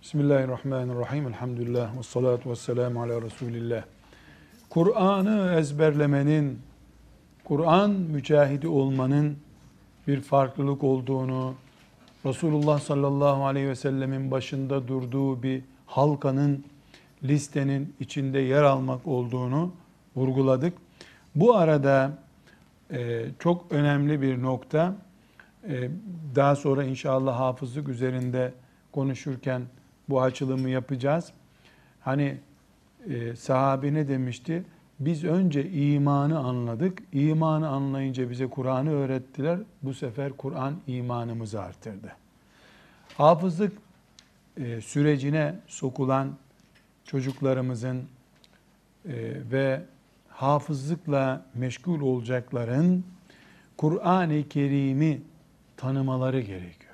Bismillahirrahmanirrahim. Elhamdülillah. Ve salatu ve selamu ala Resulillah. Kur'an'ı ezberlemenin, Kur'an mücahidi olmanın bir farklılık olduğunu, Resulullah sallallahu aleyhi ve sellemin başında durduğu bir halkanın, listenin içinde yer almak olduğunu vurguladık. Bu arada çok önemli bir nokta, daha sonra inşallah hafızlık üzerinde konuşurken bu açılımı yapacağız. Hani sahabe ne demişti? Biz önce imanı anladık. İmanı anlayınca bize Kur'an'ı öğrettiler. Bu sefer Kur'an imanımızı artırdı. Hafızlık sürecine sokulan çocuklarımızın ve hafızlıkla meşgul olacakların Kur'an-ı Kerim'i tanımaları gerekiyor.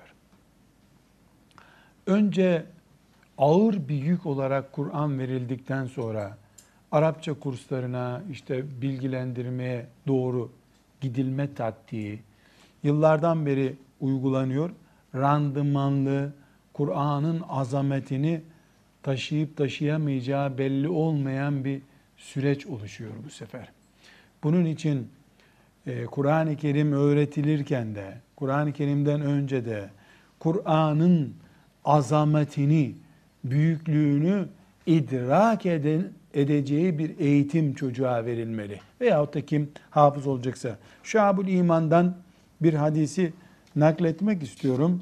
Önce ağır bir yük olarak Kur'an verildikten sonra Arapça kurslarına, bilgilendirmeye doğru gidilme taktiği yıllardan beri uygulanıyor. Randımanlı, Kur'an'ın azametini taşıyıp taşıyamayacağı belli olmayan bir süreç oluşuyor bu sefer. Bunun için Kur'an-ı Kerim öğretilirken de, Kur'an-ı Kerim'den önce de Kur'an'ın azametini, büyüklüğünü idrak edeceği bir eğitim çocuğa verilmeli. Veyahut da kim hafız olacaksa. Şuab-ül İman'dan bir hadisi nakletmek istiyorum.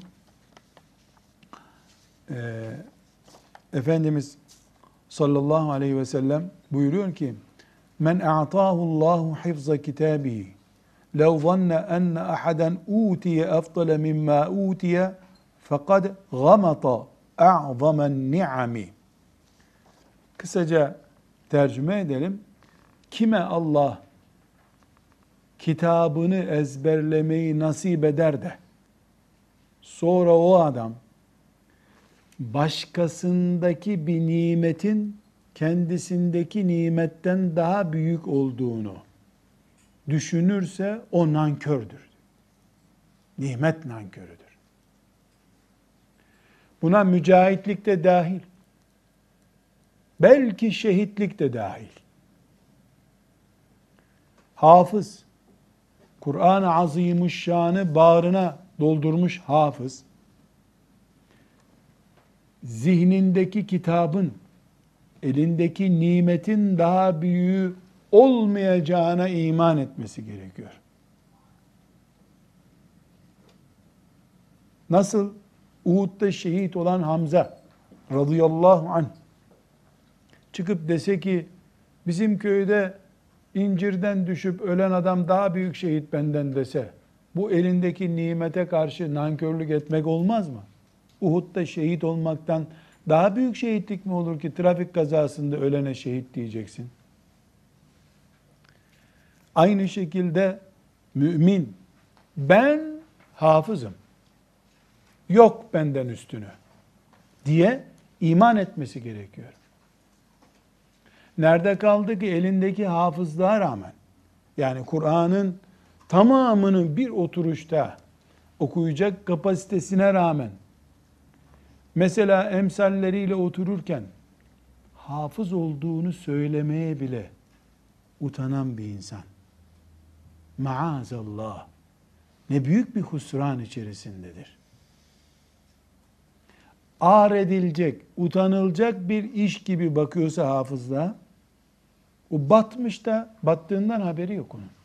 Efendimiz sallallahu aleyhi ve sellem buyuruyor ki, men a'tahullahu hifza kitabihi lev zanne enne ahaden utiye efdale mimma utiye fekad gamata a'zamen ni'ami. Kısaca tercüme edelim. Kime Allah kitabını ezberlemeyi nasip eder de sonra o adam başkasındaki bir nimetin kendisindeki nimetten daha büyük olduğunu düşünürse o nankördür. Nimet nankörüdür. Buna mücahitlik de dahil. Belki şehitlik de dahil. Hafız, Kur'an-ı Azimuşşan'ı bağrına doldurmuş hafız, zihnindeki kitabın, elindeki nimetin daha büyüğü olmayacağına iman etmesi gerekiyor. Nasıl? Uhud'da şehit olan Hamza radıyallahu anh çıkıp dese ki bizim köyde incirden düşüp ölen adam daha büyük şehit benden dese, bu elindeki nimete karşı nankörlük etmek olmaz mı? Uhud'da şehit olmaktan daha büyük şehitlik mi olur ki trafik kazasında ölene şehit diyeceksin? Aynı şekilde mümin, ben hafızım, yok benden üstünü diye iman etmesi gerekiyor. Nerede kaldı ki elindeki hafızlığa rağmen, yani Kur'an'ın tamamını bir oturuşta okuyacak kapasitesine rağmen, mesela emsalleriyle otururken hafız olduğunu söylemeye bile utanan bir insan. Maazallah. Ne büyük bir husran içerisindedir. Ağır edilecek, utanılacak bir iş gibi bakıyorsa hafızlığa, o batmış da battığından haberi yok onun.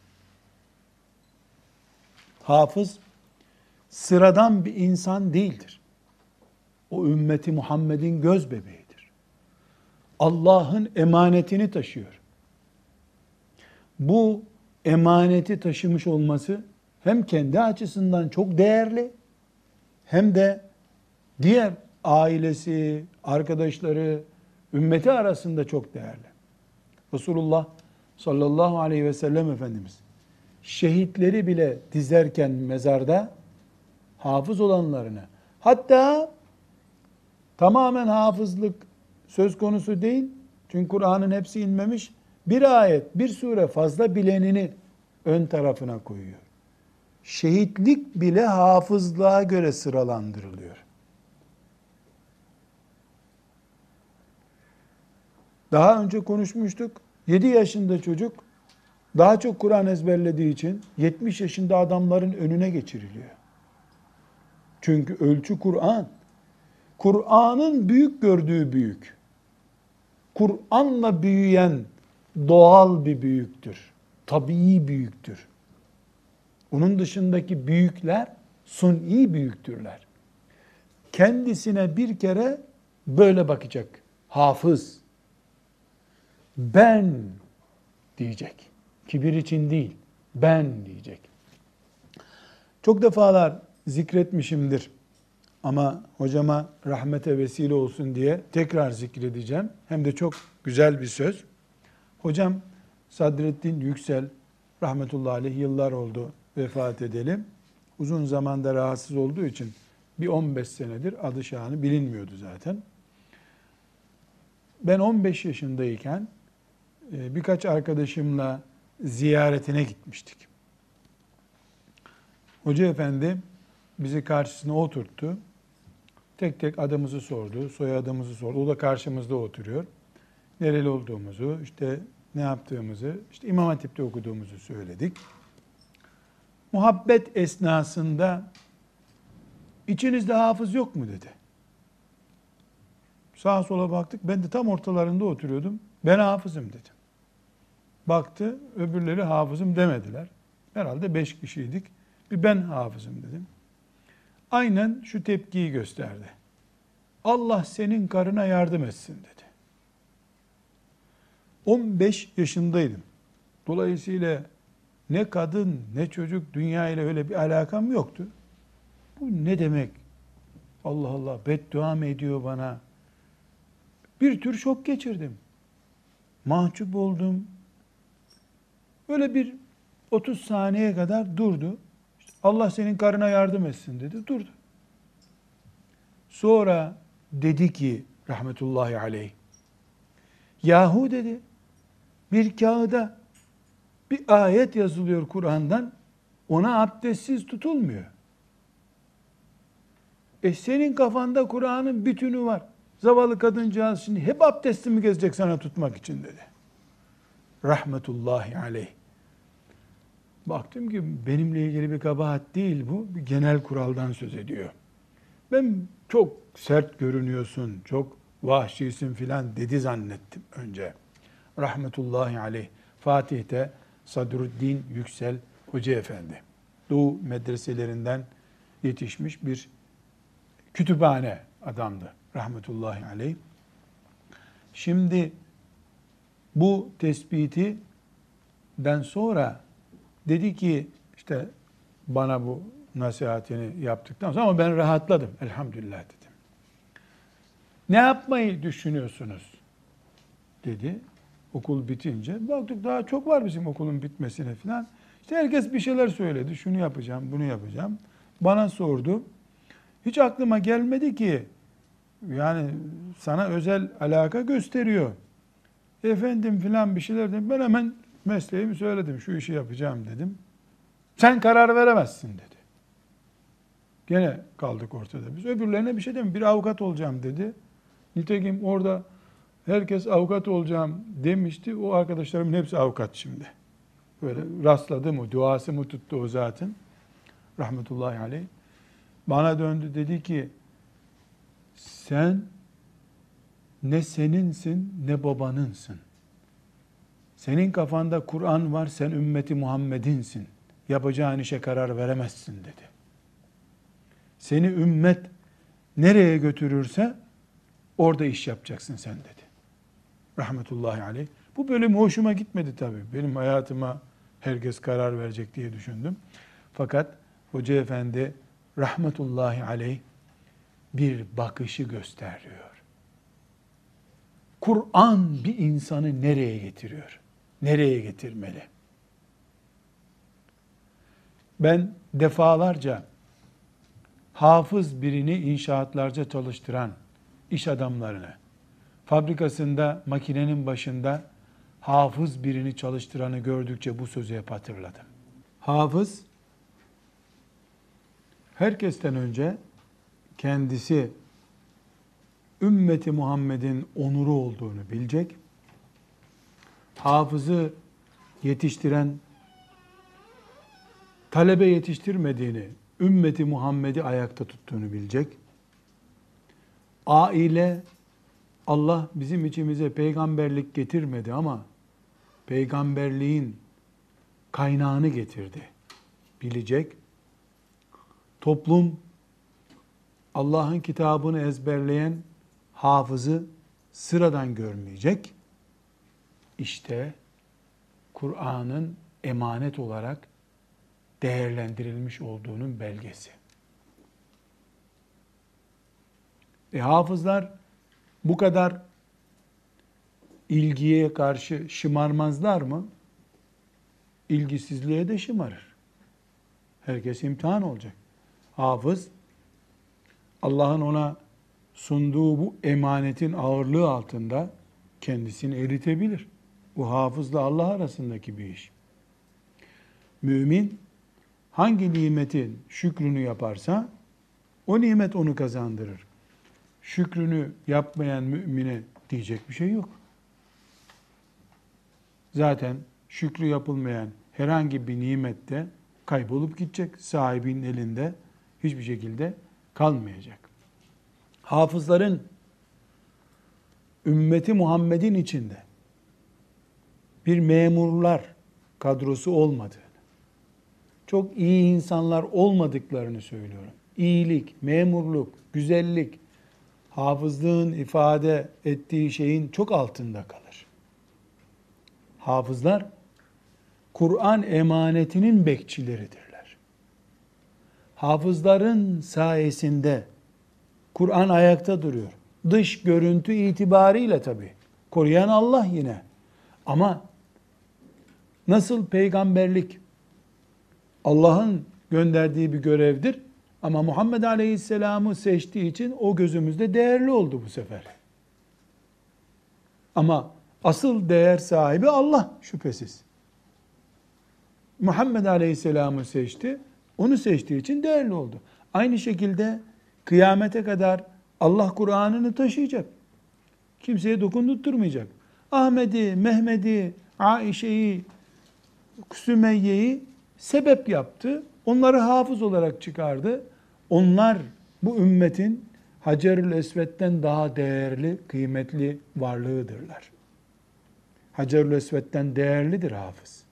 Hafız sıradan bir insan değildir. O ümmeti Muhammed'in göz bebeğidir. Allah'ın emanetini taşıyor. Bu emaneti taşımış olması hem kendi açısından çok değerli, hem de diğer ailesi, arkadaşları, ümmeti arasında çok değerli. Resulullah sallallahu aleyhi ve sellem Efendimiz şehitleri bile dizerken mezarda hafız olanlarını, hatta tamamen hafızlık söz konusu değil, çünkü Kur'an'ın hepsi inmemiş, bir ayet, bir sure fazla bilenini ön tarafına koyuyor. Şehitlik bile hafızlığa göre sıralandırılıyor. Daha önce konuşmuştuk. 7 yaşında çocuk daha çok Kur'an ezberlediği için 70 yaşında adamların önüne geçiriliyor. Çünkü ölçü Kur'an. Kur'an'ın büyük gördüğü büyük. Kur'an'la büyüyen doğal bir büyüktür. Tabii büyüktür. Onun dışındaki büyükler suni büyüktürler. Kendisine bir kere böyle bakacak. Hafız. Ben diyecek. Kibir için değil. Ben diyecek. Çok defalar zikretmişimdir. Ama hocama rahmete vesile olsun diye tekrar zikredeceğim. Hem de çok güzel bir söz. Hocam Sadreddin Yüksel rahmetullahi aleyh yıllar oldu vefat edelim. Uzun zamanda rahatsız olduğu için bir 15 senedir adı şanı bilinmiyordu zaten. Ben 15 yaşındayken birkaç arkadaşımla ziyaretine gitmiştik. Hoca efendi bizi karşısına oturttu. Tek tek adımızı sordu, soyadımızı sordu. O da karşımızda oturuyor. Nereli olduğumuzu, işte ne yaptığımızı, işte İmam Hatip'te okuduğumuzu söyledik. Muhabbet esnasında içinizde hafız yok mu dedi. Sağa sola baktık. Ben de tam ortalarında oturuyordum. Ben hafızım dedim. Baktı, öbürleri hafızım demediler. Herhalde 5 kişiydik. Bir ben hafızım dedim. Aynen şu tepkiyi gösterdi. Allah senin karına yardım etsin dedi. 15 yaşındaydım. Dolayısıyla ne kadın ne çocuk dünya ile öyle bir alakam yoktu. Bu ne demek? Allah Allah beddua mı ediyor bana? Bir tür şok geçirdim. Mahcup oldum. Böyle bir 30 saniye kadar durdu. İşte Allah senin karına yardım etsin dedi. Durdu. Sonra dedi ki rahmetullahi aleyh, yahu dedi, bir kağıda bir ayet yazılıyor Kur'an'dan, ona abdestsiz tutulmuyor. Senin kafanda Kur'an'ın bütünü var. Zavallı kadıncağız şimdi hep abdestli mi gezecek sana tutmak için dedi. Rahmetullahi aleyh. Baktım ki benimle ilgili bir kabahat değil bu, bir genel kuraldan söz ediyor. Ben çok sert görünüyorsun, çok vahşisin filan dedi zannettim önce. Rahmetullahi aleyh. Fatih'te Sadruddin Yüksel Hoca Efendi. Doğu medreselerinden yetişmiş bir kütüphane adamdı. Rahmetullahi aleyh. Şimdi bu tespitinden sonra dedi ki işte bana bu nasihatini yaptıktan sonra ama ben rahatladım elhamdülillah dedim. Ne yapmayı düşünüyorsunuz dedi okul bitince. Baktık daha çok var bizim okulun bitmesine falan. İşte herkes bir şeyler söyledi. Şunu yapacağım, bunu yapacağım. Bana sordu. Hiç aklıma gelmedi ki yani sana özel alaka gösteriyor. Efendim filan bir şeyler dedim. Ben hemen mesleğimi söyledim. Şu işi yapacağım dedim. Sen karar veremezsin dedi. Gene kaldık ortada biz. Öbürlerine bir şey demedim. Bir avukat olacağım dedi. Nitekim orada herkes avukat olacağım demişti. O arkadaşlarımın hepsi avukat şimdi. Böyle rastladı mı, duası mı tuttu o zatın. Rahmetullahi aleyh. Bana döndü dedi ki sen ne seninsin ne babanınsın. Senin kafanda Kur'an var, sen ümmeti Muhammed'insin. Yapacağın işe karar veremezsin dedi. Seni ümmet nereye götürürse orada iş yapacaksın sen dedi. Rahmetullahi aleyh. Bu bölüm hoşuma gitmedi tabii. Benim hayatıma herkes karar verecek diye düşündüm. Fakat Hoca Efendi rahmetullahi aleyh bir bakışı gösteriyor. Kur'an bir insanı nereye getiriyor? Nereye getirmeli? Ben defalarca hafız birini inşaatlarca çalıştıran iş adamlarını, fabrikasında makinenin başında hafız birini çalıştıranı gördükçe bu sözü hep hatırladım. Hafız, herkesten önce kendisi ümmeti Muhammed'in onuru olduğunu bilecek. hafızı yetiştiren, talebe yetiştirmediğini, ümmeti Muhammed'i ayakta tuttuğunu bilecek. Aile, Allah bizim içimize peygamberlik getirmedi ama peygamberliğin kaynağını getirdi bilecek. Toplum, Allah'ın kitabını ezberleyen hafızı sıradan görmeyecek. İşte Kur'an'ın emanet olarak değerlendirilmiş olduğunun belgesi. Hafızlar bu kadar ilgiye karşı şımarmazlar mı? İlgisizliğe de şımarır. Herkes imtihan olacak. Hafız, Allah'ın ona sunduğu bu emanetin ağırlığı altında kendisini eritebilir. Bu hafızla Allah arasındaki bir iş. Mümin hangi nimetin şükrünü yaparsa o nimet onu kazandırır. Şükrünü yapmayan mümine diyecek bir şey yok. Zaten şükrü yapılmayan herhangi bir nimette kaybolup gidecek. Sahibinin elinde hiçbir şekilde kalmayacak. Hafızların ümmeti Muhammed'in içinde bir memurlar kadrosu olmadığını, çok iyi insanlar olmadıklarını söylüyorum. İyilik, memurluk, güzellik, hafızlığın ifade ettiği şeyin çok altında kalır. Hafızlar, Kur'an emanetinin bekçileridirler. Hafızların sayesinde Kur'an ayakta duruyor. Dış görüntü itibariyle tabii. Koruyan Allah yine. Ama nasıl peygamberlik Allah'ın gönderdiği bir görevdir ama Muhammed Aleyhisselam'ı seçtiği için o gözümüzde değerli oldu bu sefer. Ama asıl değer sahibi Allah şüphesiz. Muhammed Aleyhisselam'ı seçti, onu seçtiği için değerli oldu. Aynı şekilde kıyamete kadar Allah Kur'an'ını taşıyacak. Kimseye dokundurtmayacak. Ahmet'i, Mehmet'i, Aişe'yi, Sümeyye'yi sebep yaptı. Onları hafız olarak çıkardı. Onlar bu ümmetin Hacerül Esved'den daha değerli, kıymetli varlığıdırlar. Hacerül Esved'den değerlidir hafız.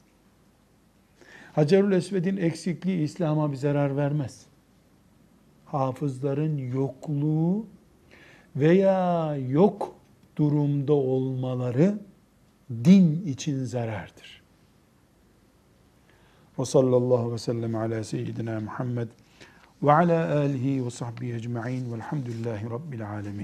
Hacerül Esved'in eksikliği İslam'a bir zarar vermez. Hafızların yokluğu veya yok durumda olmaları din için zarardır. Ve sallallahu ve sellem ala seyyidina Muhammed ve ala alihi ve sahbihi ecma'in velhamdülillahi rabbil alemin.